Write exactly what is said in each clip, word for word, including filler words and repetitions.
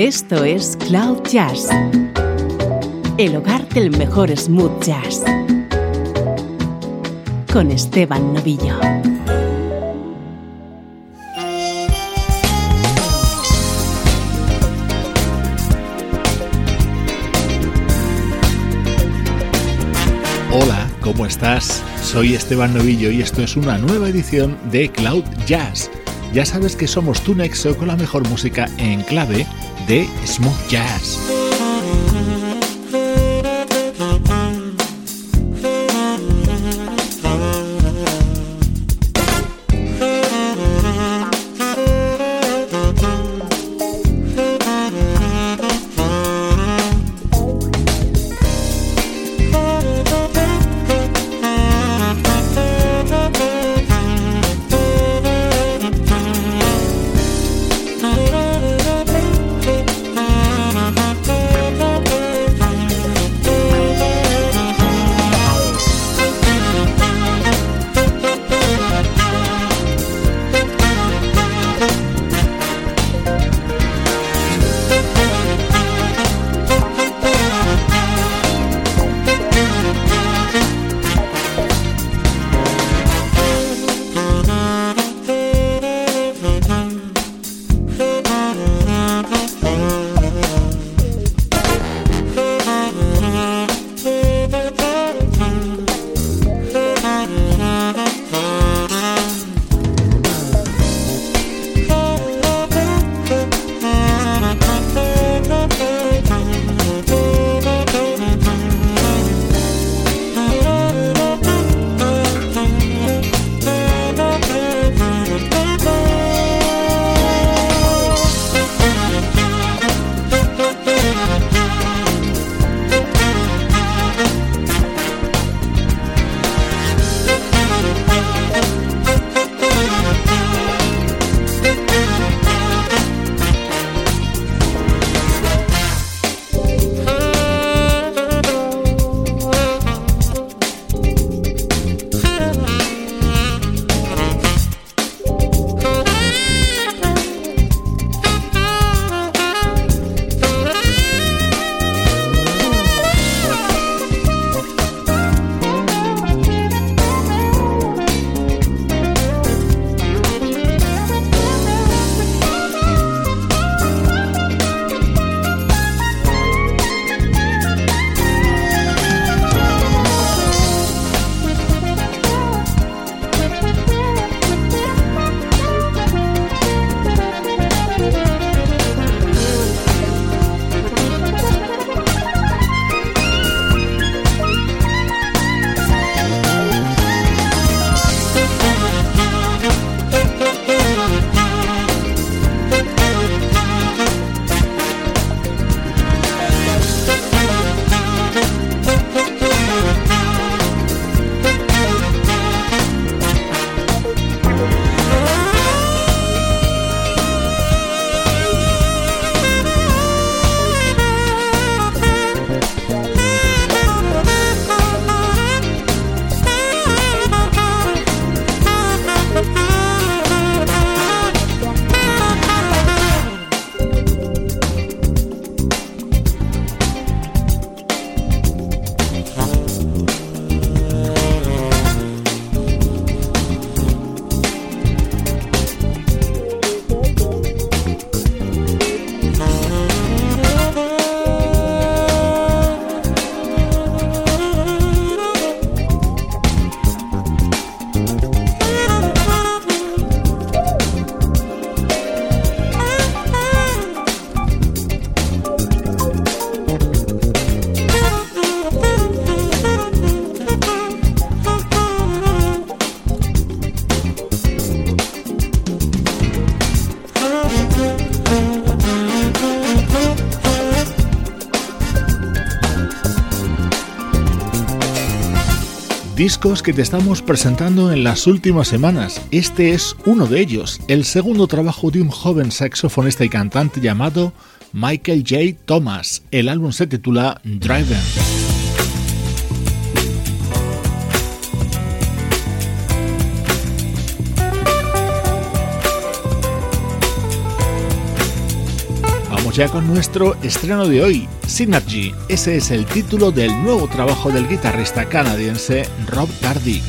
Esto es Cloud Jazz, el hogar del mejor smooth jazz, con Esteban Novillo. Hola, ¿cómo estás? Soy Esteban Novillo y esto es una nueva edición de Cloud Jazz. Ya sabes que somos tu nexo con la mejor música en clave de smooth jazz. Discos que te estamos presentando en las últimas semanas. Este es uno de ellos, el segundo trabajo de un joven saxofonista y cantante llamado Michael J. Thomas. El álbum se titula Driven. vamos ya con nuestro estreno de hoy, Synergy. Ese es el título del nuevo trabajo del guitarrista canadiense Rob Tardick.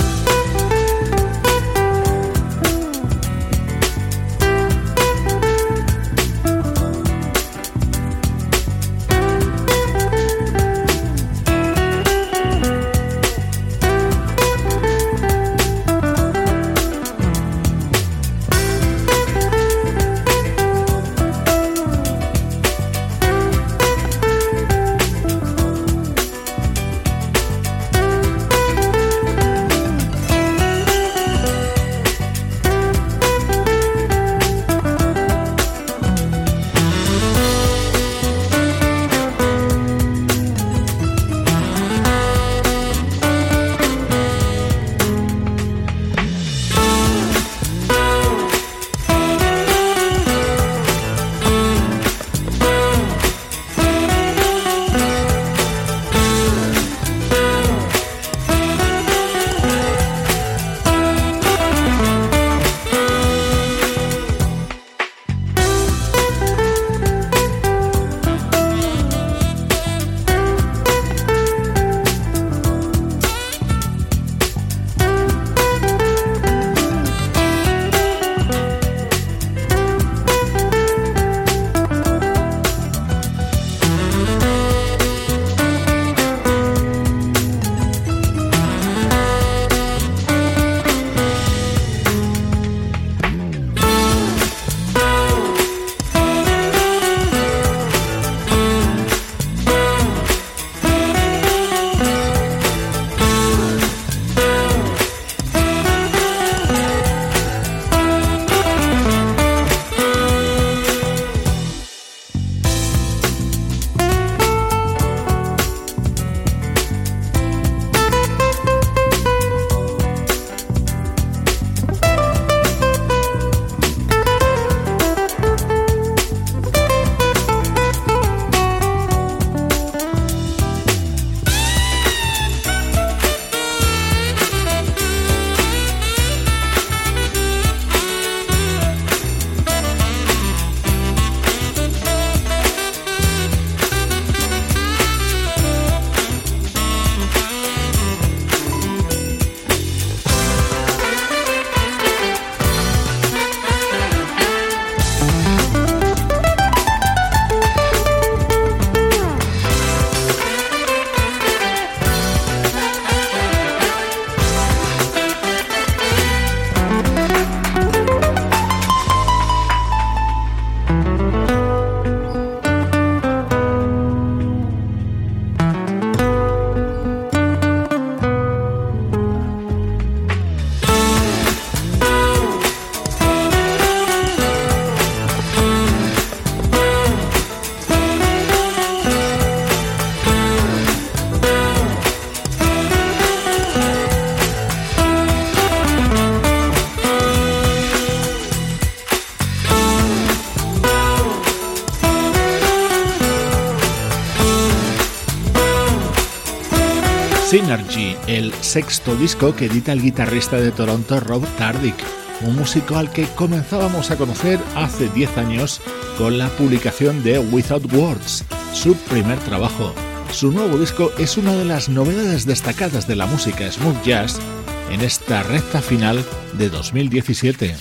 Synergy, el sexto disco que edita el guitarrista de Toronto Rob Tardick, un músico al que comenzábamos a conocer hace diez años con la publicación de Without Words, su primer trabajo. Su nuevo disco es una de las novedades destacadas de la música smooth jazz en esta recta final de dos mil diecisiete.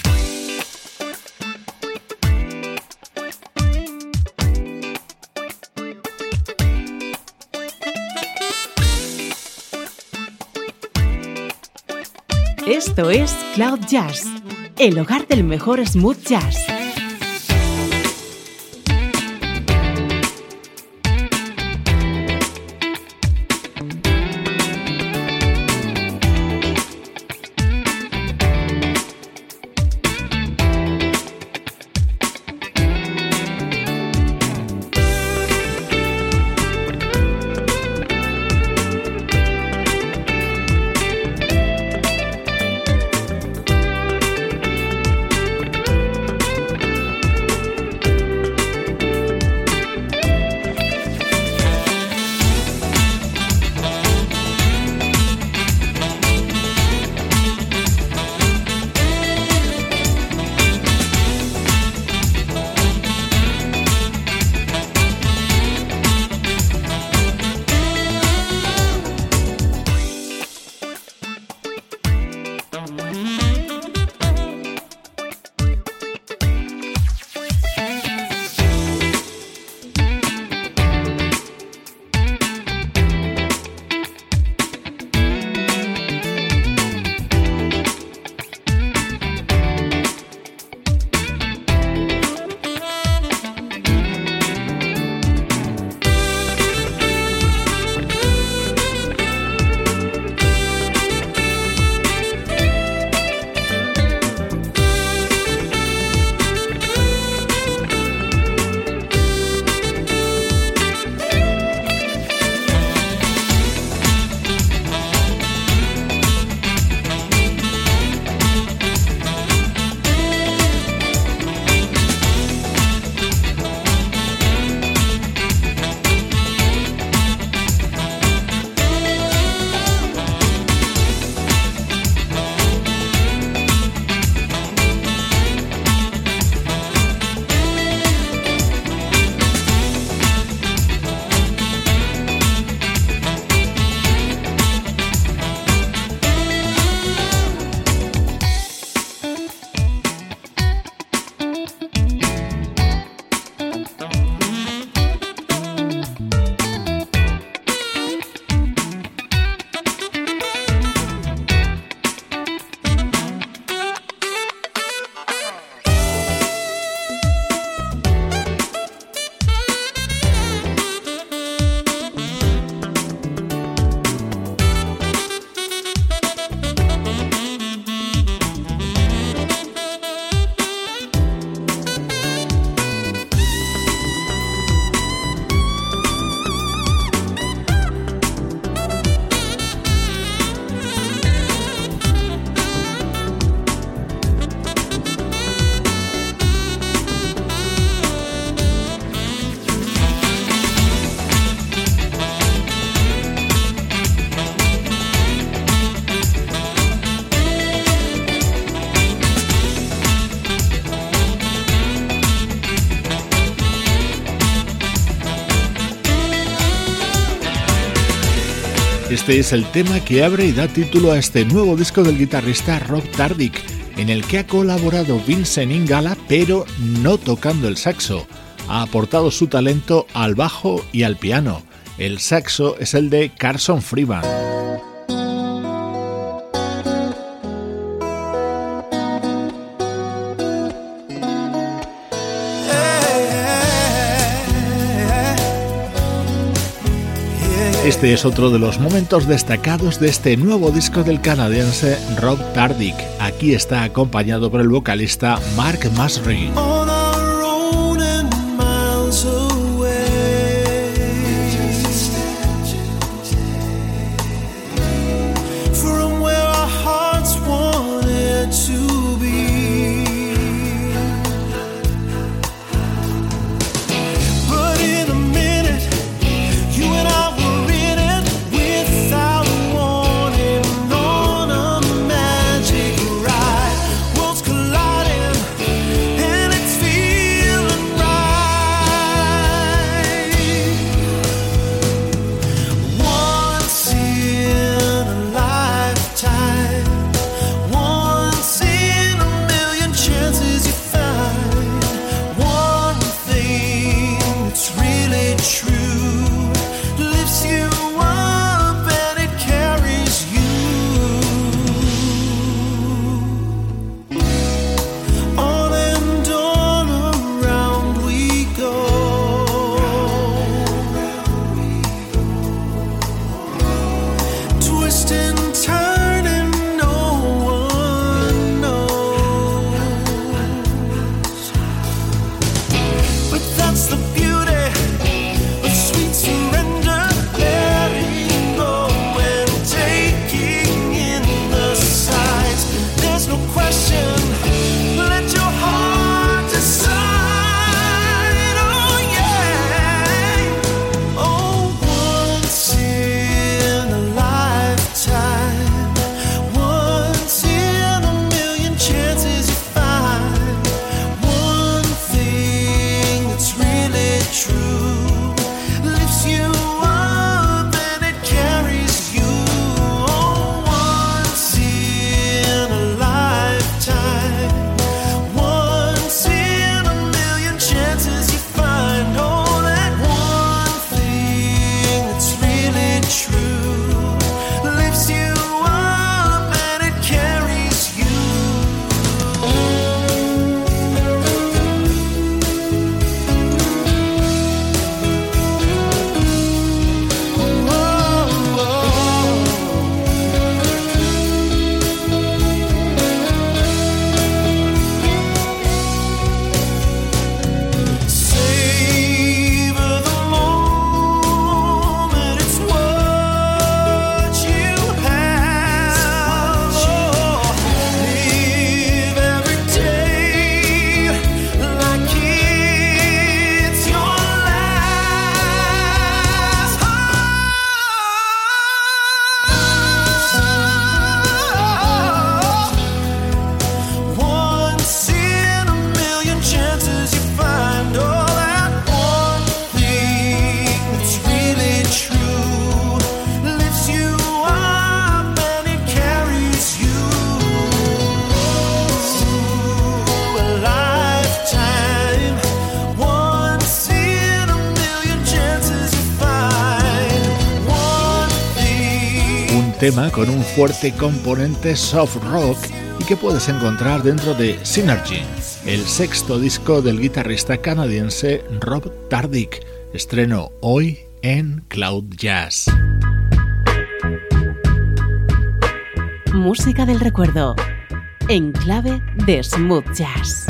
Esto es Cloud Jazz, el hogar del mejor smooth jazz. Este es el tema que abre y da título a este nuevo disco del guitarrista Rob Tardick, en el que ha colaborado Vincent Ingala, pero no tocando el saxo. Ha aportado su talento al bajo y al piano. El saxo es el de Carson Freeman. Este es otro de los momentos destacados de este nuevo disco del canadiense Rob Tardick. Aquí está acompañado por el vocalista Mark Masry. Tema con un fuerte componente soft rock y que puedes encontrar dentro de Synergy, el sexto disco del guitarrista canadiense Rob Tardick, estreno hoy en Cloud Jazz. Música del recuerdo, en clave de smooth jazz.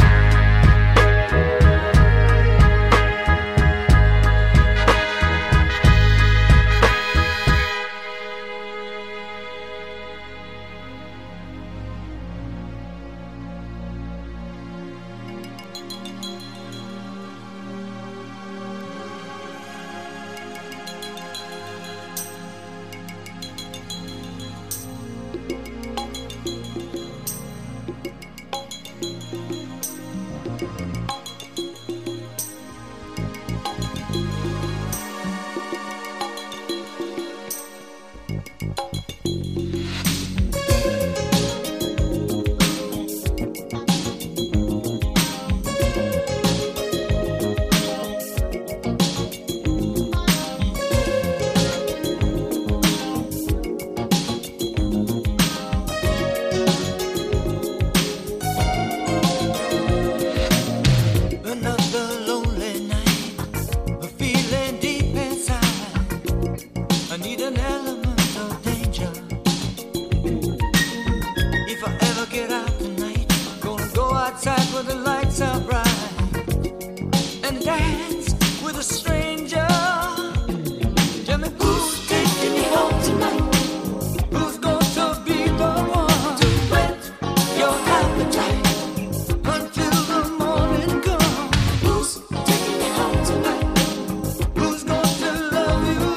outside where the lights are bright and dance with a stranger. Tell me who's taking you home tonight? Who's going to be the one to whet your appetite until the morning comes? Who's taking you home tonight? Who's going to love you?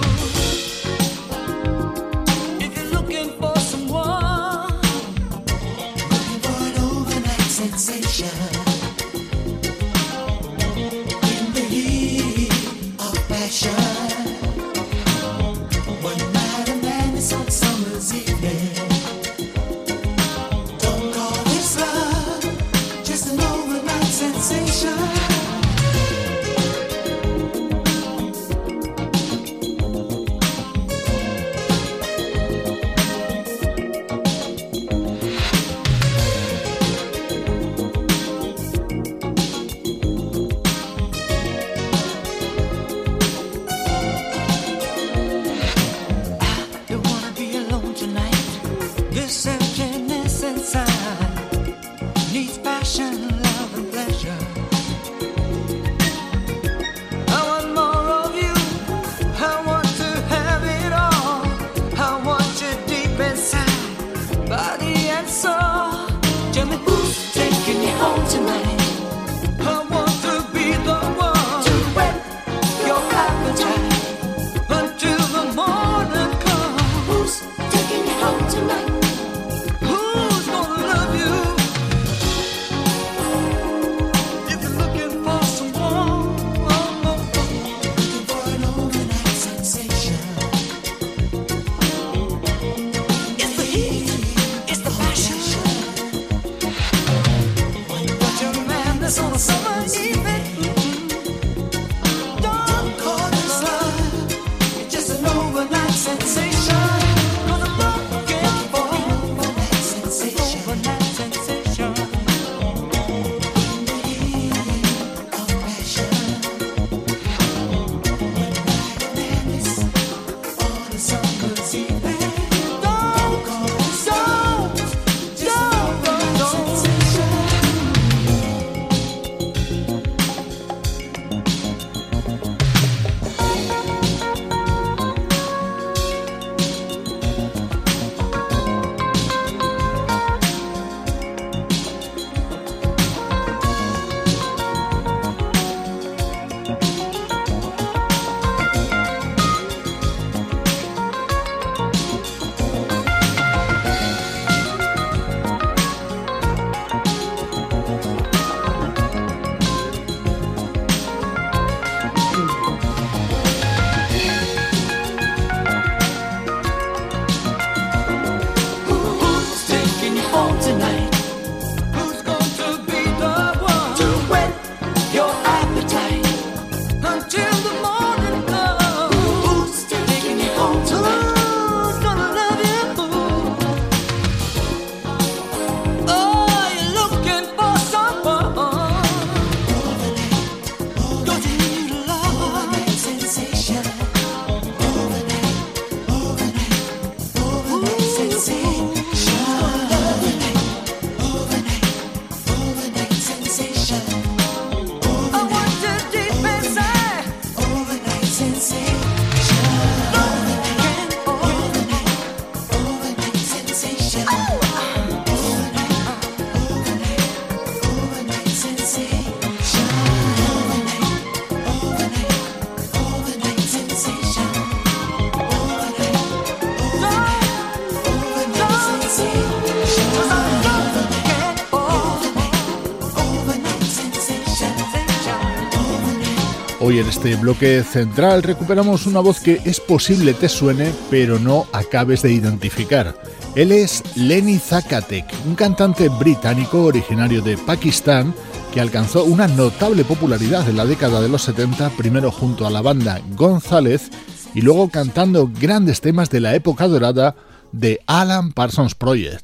If you're looking for someone, looking for an overnight sensation. One night of madness on summer's evening. Don't call this love, just an overnight sensation. Hoy en este bloque central recuperamos una voz que es posible te suene, pero no acabes de identificar. Él es Lenny Zacatec, un cantante británico originario de Pakistán que alcanzó una notable popularidad en la década de los setenta, primero junto a la banda González y luego cantando grandes temas de la época dorada de Alan Parsons Project.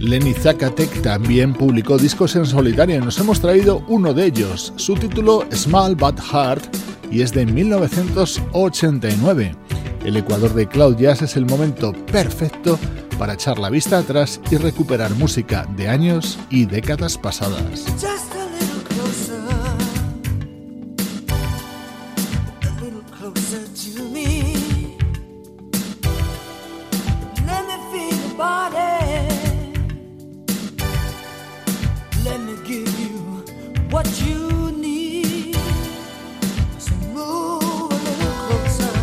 Lenny Zacatec también publicó discos en solitario y nos hemos traído uno de ellos. Su título Small But Hard y es de mil novecientos ochenta y nueve. El Ecuador de Cloud Jazz es el momento perfecto para echar la vista atrás y recuperar música de años y décadas pasadas. Just a little closer, a little closer to me. Let me feel your body. Let me give you what you need. So move a little closer,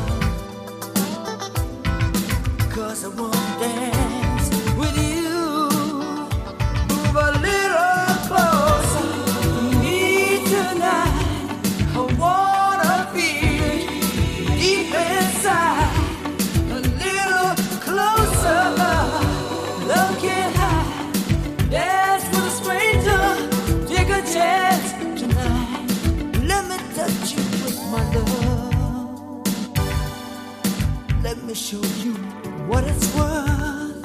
'cause I won't dance with you. Move a little closer to me tonight. I wanna feel deep inside. A little closer, looking high. Dance with a stranger, take a chance tonight. Let me touch you with my love. Let me show you what it's worth.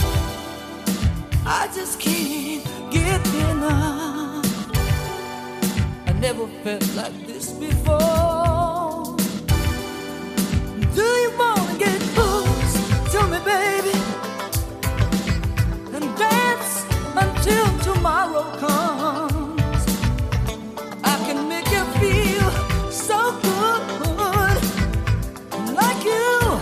I just can't get enough. I never felt like this before. Do you wanna get close to me, baby? And dance until tomorrow comes. I can make you feel so good, like you.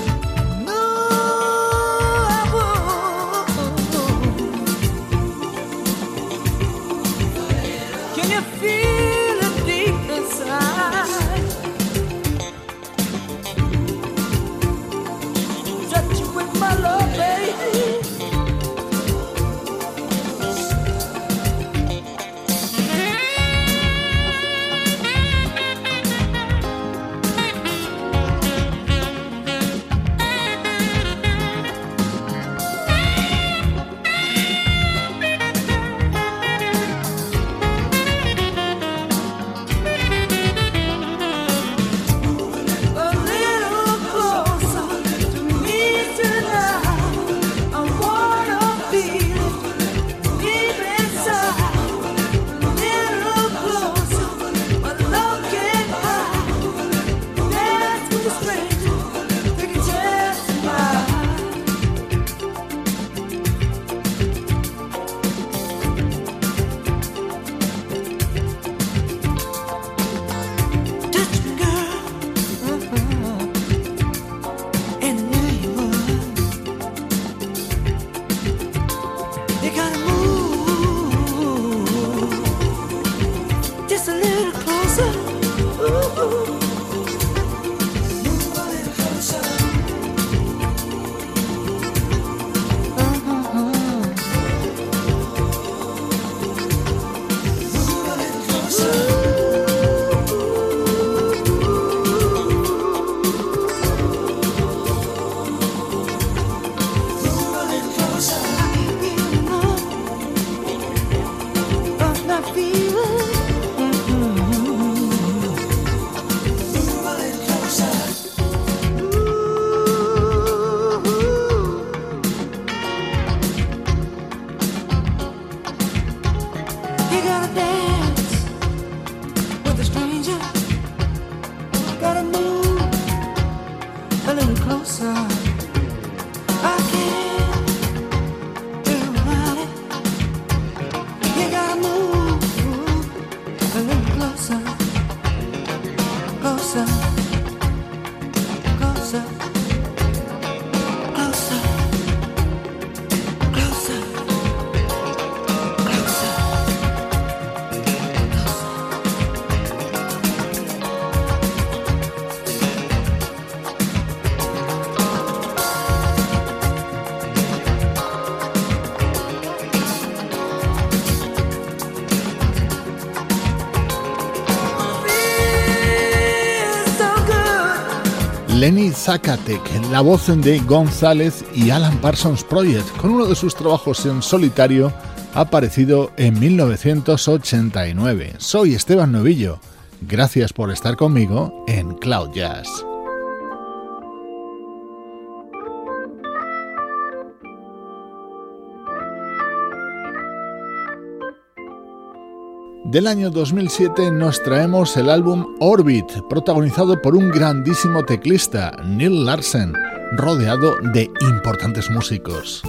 Lenny Zacatec, la voz de González y Alan Parsons Project, con uno de sus trabajos en solitario aparecido en mil novecientos ochenta y nueve. Soy Esteban Novillo. Gracias por estar conmigo en Cloud Jazz. Del año dos mil siete nos traemos el álbum Orbit, protagonizado por un grandísimo teclista, Neil Larsen, rodeado de importantes músicos.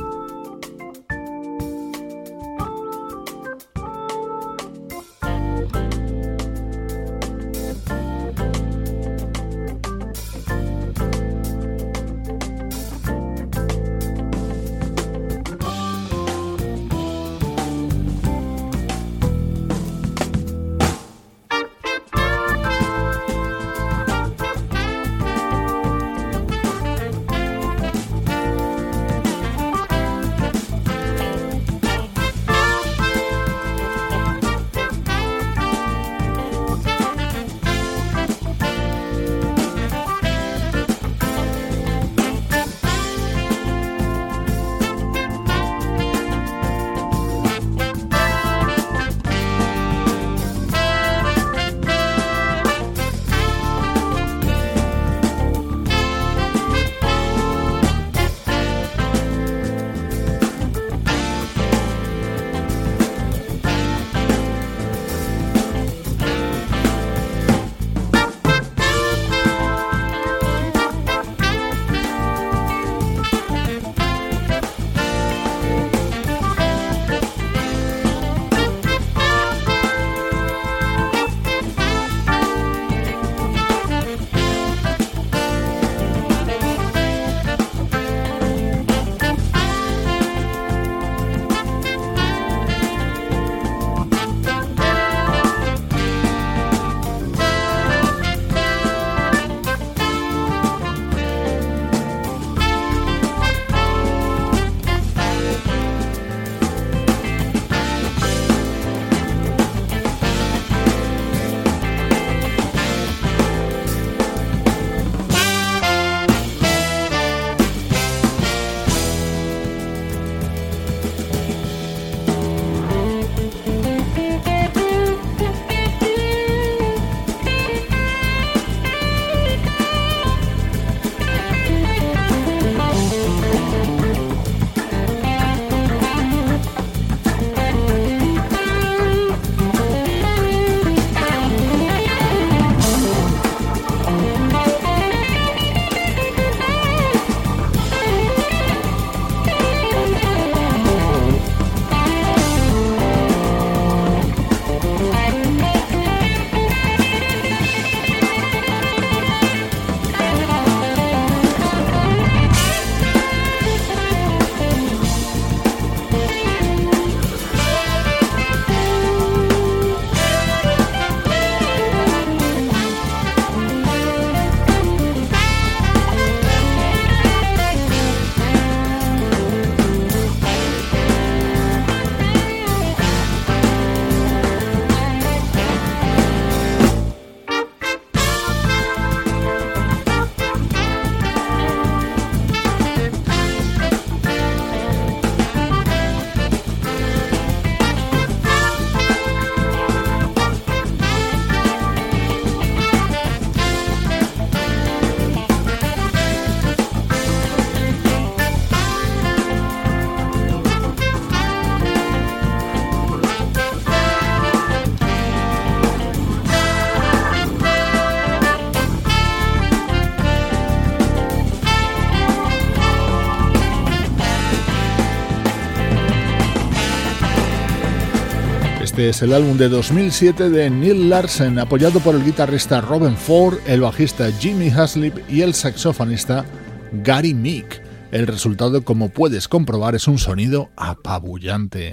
Este es el álbum de dos mil siete de Neil Larsen, apoyado por el guitarrista Robben Ford, el bajista Jimmy Haslip y el saxofonista Gary Meek. El resultado, como puedes comprobar, es un sonido apabullante.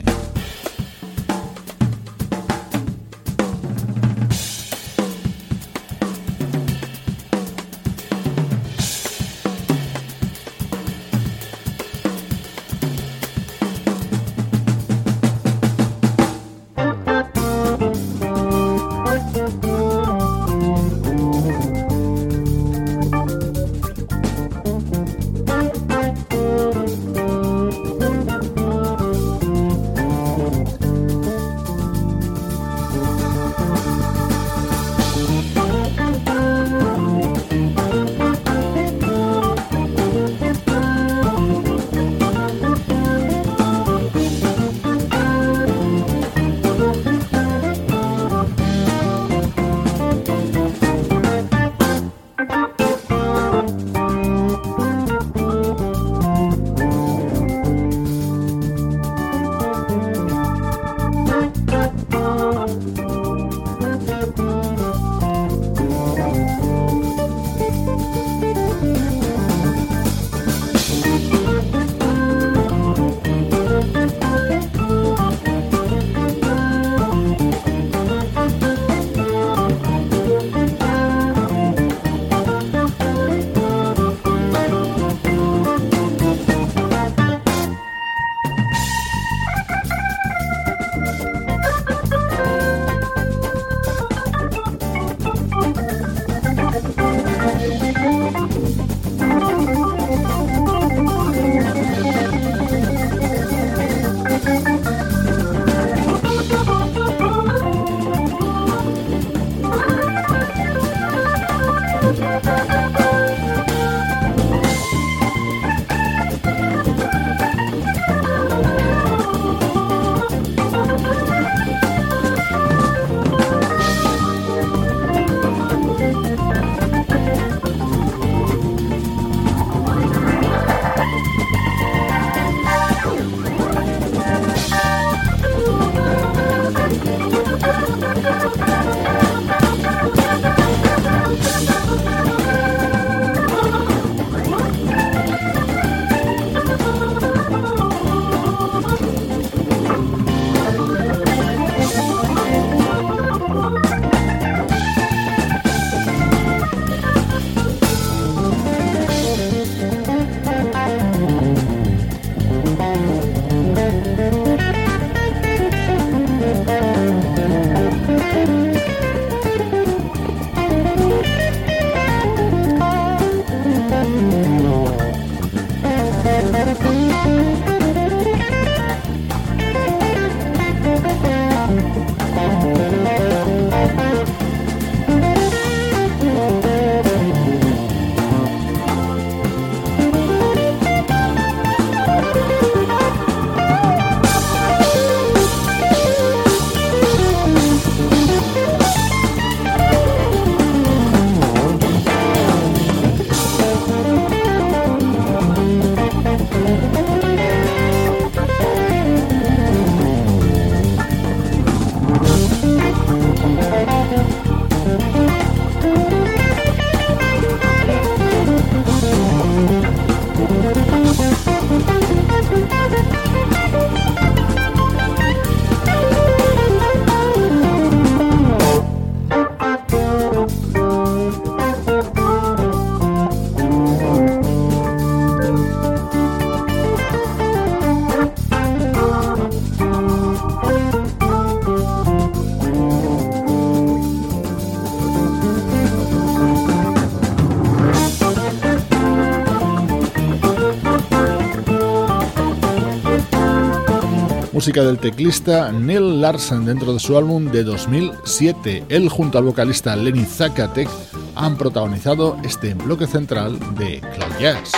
música del teclista Neil Larsen dentro de su álbum de dos mil siete. Él junto al vocalista Lenny Zakatek han protagonizado este bloque central de Cloud Jazz.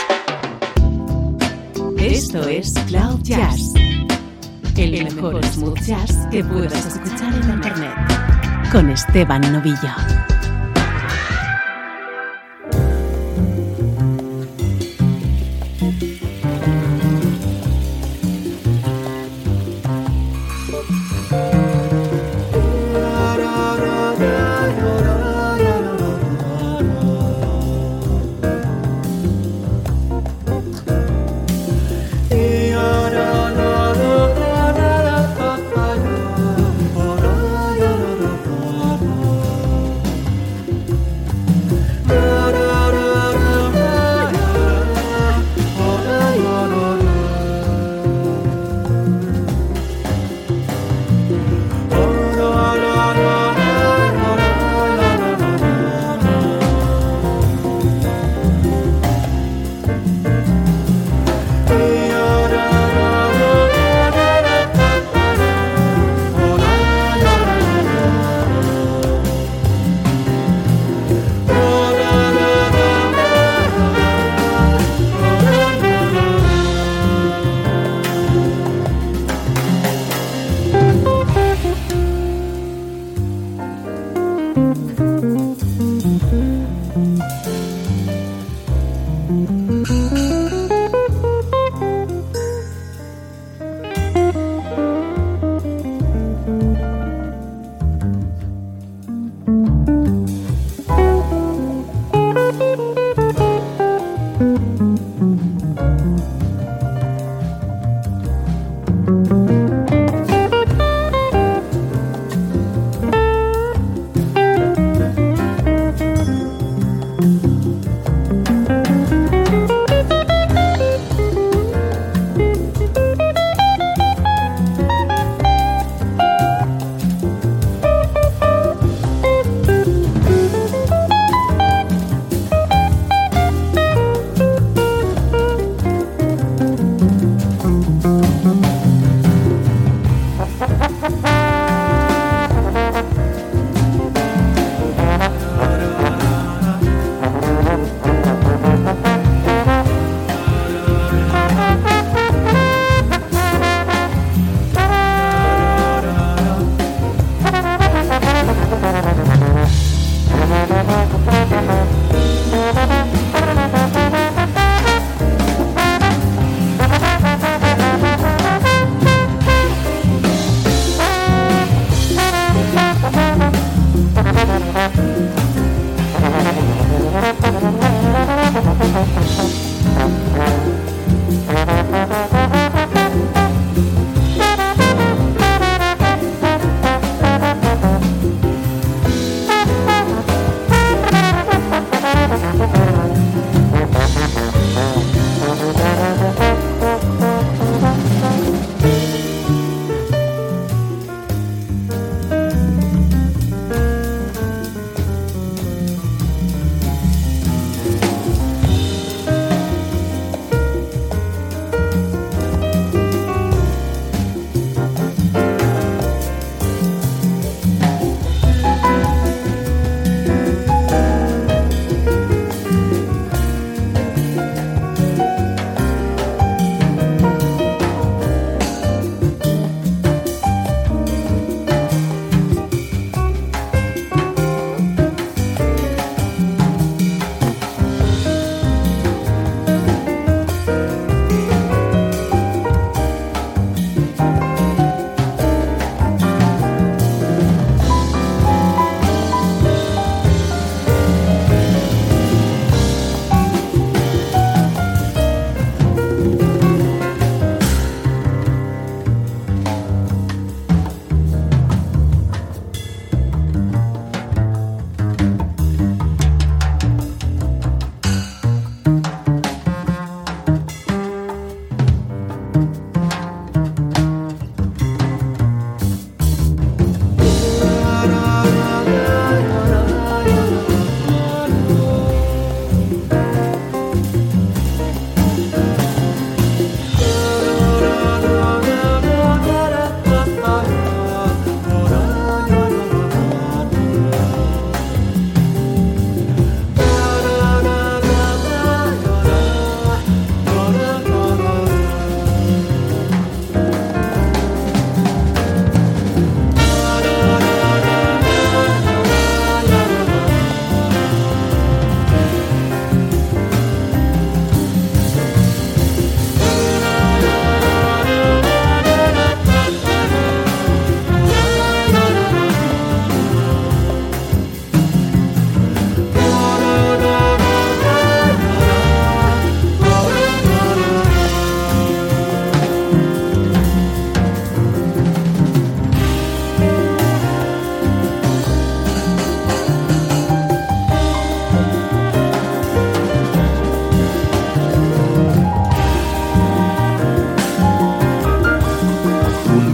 Esto es Cloud Jazz, el mejor smooth jazz que puedas escuchar en internet, con Esteban Novillo.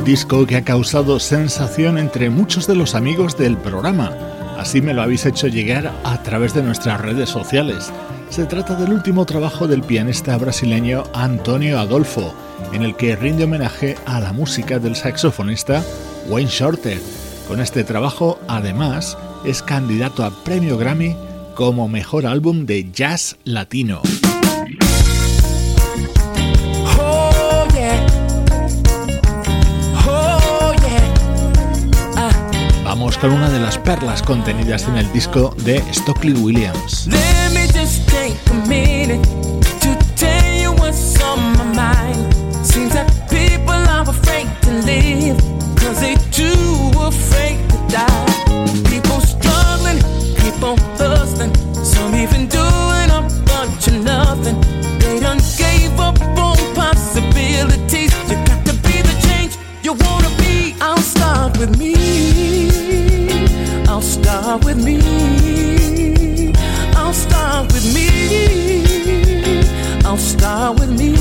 disco que ha causado sensación entre muchos de los amigos del programa. Así me lo habéis hecho llegar a través de nuestras redes sociales. Se trata del último trabajo del pianista brasileño Antonio Adolfo, en el que rinde homenaje a la música del saxofonista Wayne Shorter. Con este trabajo, además, es candidato a premio Grammy como mejor álbum de jazz latino. Oh, yeah. Oh, yeah. Uh. Vamos con una de las perlas contenidas en el disco de Stokely Williams. Let me just take a minute to tell you what's on my mind. Seems that people are afraid to live, 'cause they too afraid to die. People struggling, people hustling, some even doing a bunch of nothing. They done gave up on possibilities. You got to be the change you wanna be. I'll start with me. I'll start with me. I'll start with me. I'll start with me.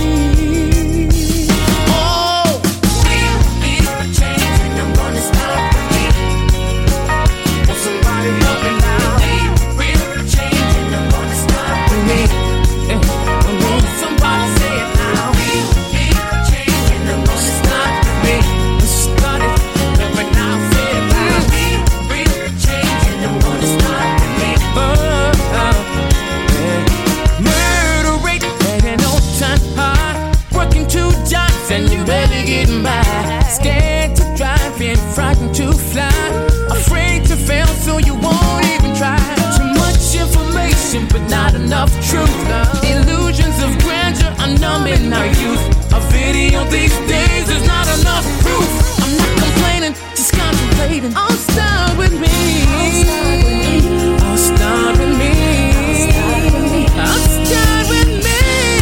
Oh, we'll be the change, and I'm gonna start with me. Want somebody help me now? We'll be the change, and I'm gonna start with me. Eh, I want somebody say it now. We'll be the change, and I'm gonna start with me. Start it, help me now, say it now. We'll be the change, and I'm gonna start with me. Oh, oh, yeah. Murder rate, begging no time hard. Working two jobs and you barely getting by. Scared to drive and frightened to fly. Afraid to fail so you won't even try. Too much information but not enough truth. Illusions of grandeur are numbing our youth. A video these days is not enough proof. I'm not complaining, just contemplating. I'll start with me. I'll start with me. I'll start with me.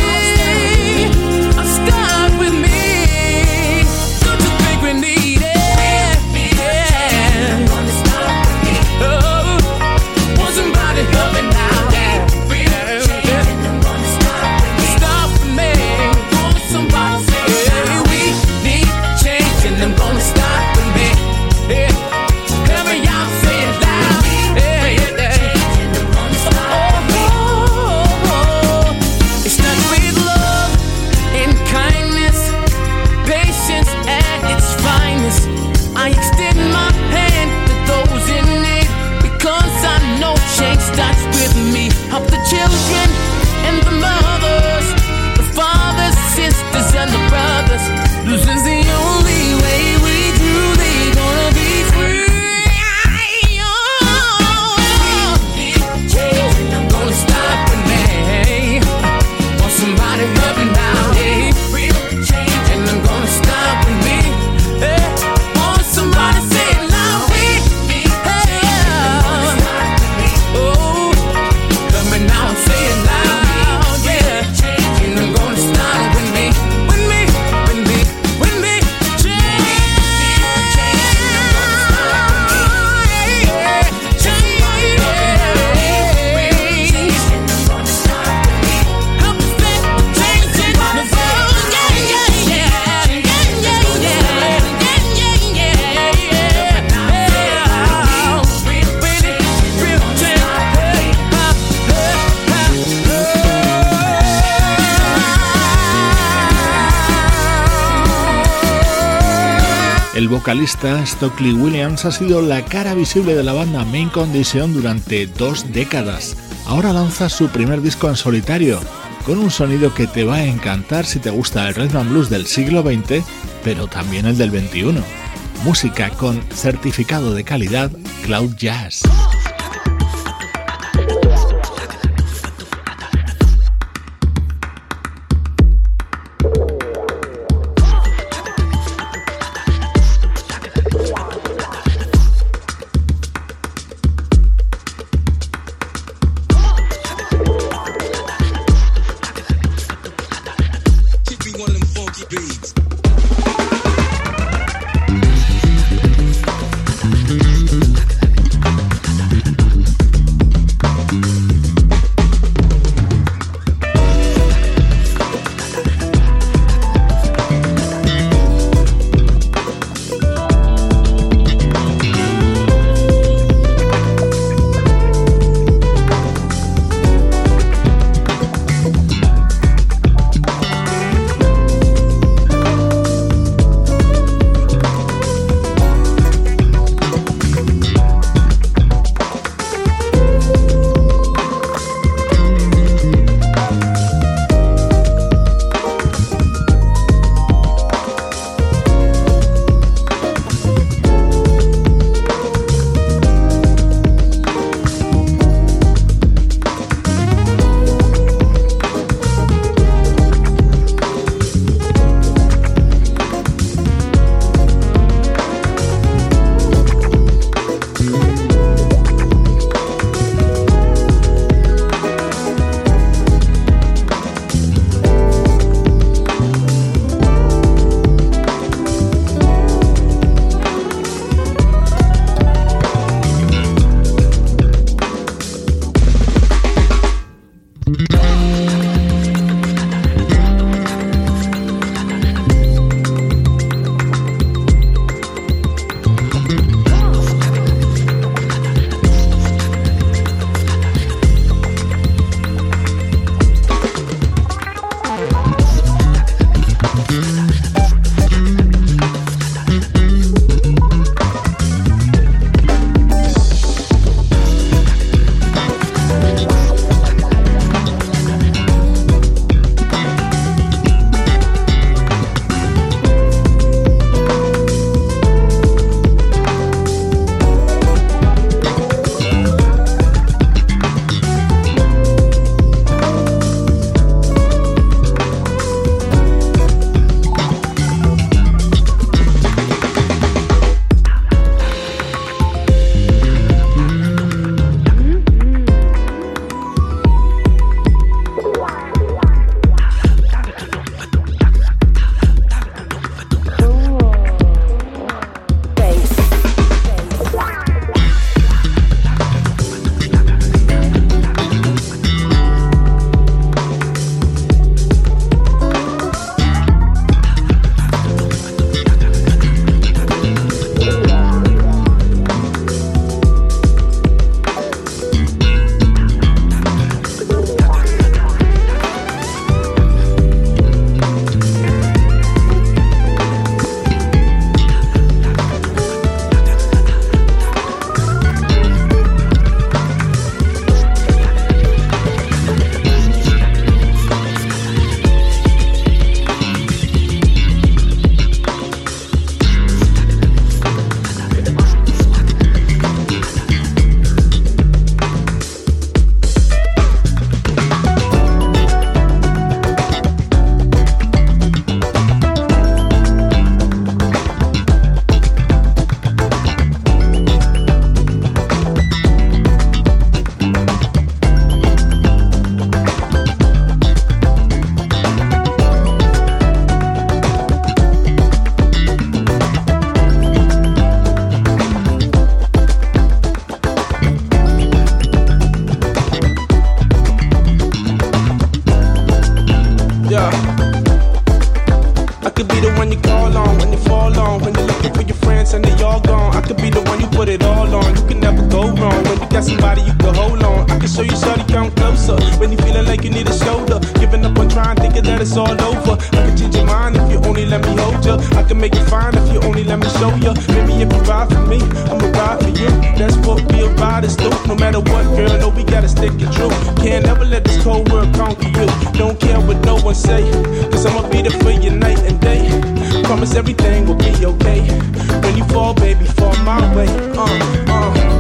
I'll start with me. Don't you think we need it? Yeah. Oh, want somebody help me now? Yeah. Stop with me. Want somebody say, hey, we need change, and I'm gonna start with me. Yeah. Help me out, say it loud. Yeah, yeah, yeah. Oh, oh, oh. It's not with love and kindness, patience at its finest. I extend my hand to those in need, because I know change starts with me. Help the children and the mothers, the fathers, sisters, and the brothers. Losing's the only way we truly gonna be free. Oh, change, I'm gonna start with me. Want somebody help me now? Hey, real change, and I'm gonna start with me. Hey, want somebody say it loud? Hey, oh, help me now, say it loud, yeah. And I'm gonna start with me, with me, with me, with me. Change, help us make the change in the world. Yeah, yeah, yeah, yeah, yeah, yeah, yeah, yeah, yeah, yeah. Really, real change. Hey, ha, ha, El vocalista Stokely Williams ha sido la cara visible de la banda Main Condition durante dos décadas. Ahora lanza su primer disco en solitario, con un sonido que te va a encantar si te gusta el rhythm and blues del siglo veinte, pero también el del veintiuno. Música con certificado de calidad Cloud Jazz. Give me one of them funky beats. got somebody you can hold on. I can show you, shorty, count closer. When you feeling like you need a shoulder, giving up on trying, thinking that it's all over. I can change your mind if you only let me hold you. I can make it fine if you only let me show you. Maybe if you ride for me, I'ma ride for you. That's what we about is do. No matter what, girl, no, we gotta stick it true. Can't never let this cold world conquer you. Don't care what no one say, cause I'ma be there for you night and day. Promise everything will be okay. When you fall, baby, fall my way. Uh, uh.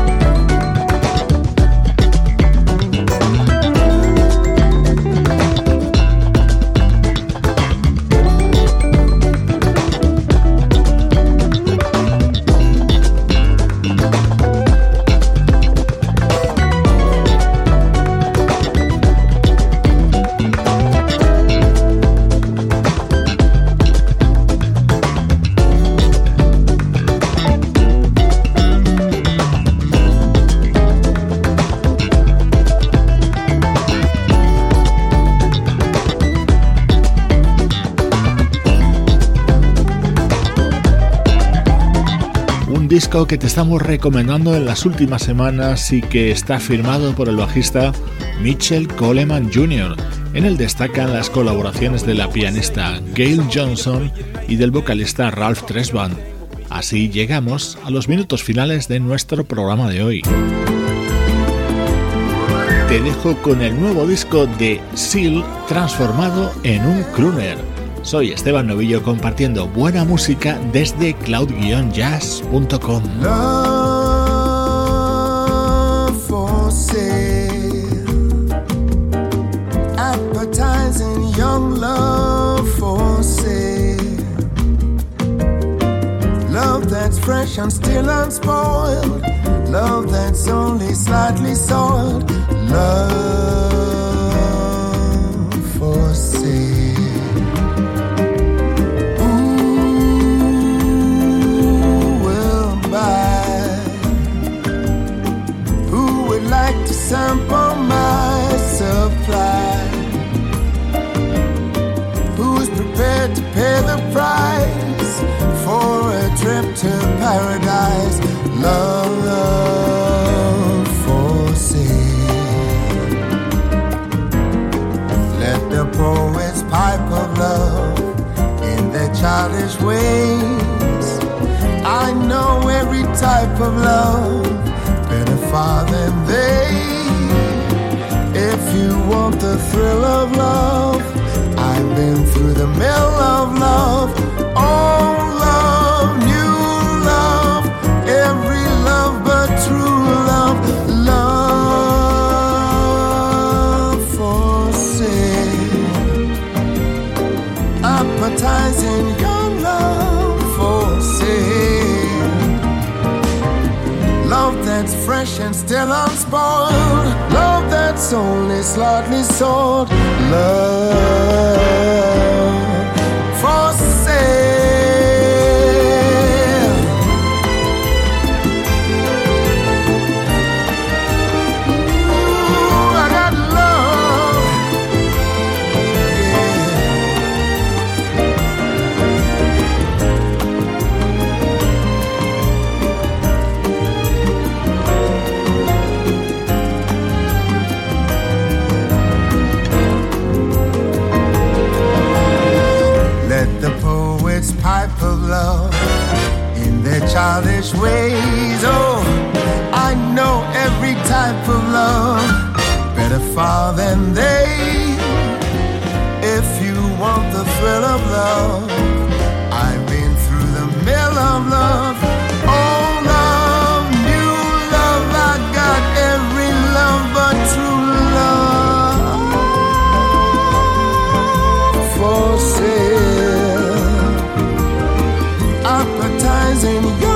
Disco que te estamos recomendando en las últimas semanas y que está firmado por el bajista Mitchell Coleman junior En él destacan las colaboraciones de la pianista Gail Johnson y del vocalista Ralph Tresvant. Así llegamos a los minutos finales de nuestro programa de hoy. Te dejo con el nuevo disco de Seal transformado en un crooner. Soy Esteban Novillo compartiendo buena música desde cloud jazz punto com. Love for sale, advertising young love for sale, love that's fresh and still unspoiled, love that's only slightly soiled, love for sale. Sample my supply. Who's prepared to pay the price for a trip to paradise? Love for sale. Let the poets pipe of love in their childish ways. I know every type of love better far than they. If you want the thrill of love, I've been through the mill of love. Old love, new love, every love but true love. Love for sale, appetizing young love for sale. Love that's fresh and still unspoiled, love that's only slightly sold, love for sale. Ooh, I got love, pipe of love in their childish ways. Oh, I know every type of love better far than they. If you want the thrill of love, I've been through the mill of love. Old love, new love, I got every love but true love for sale. Appetizing your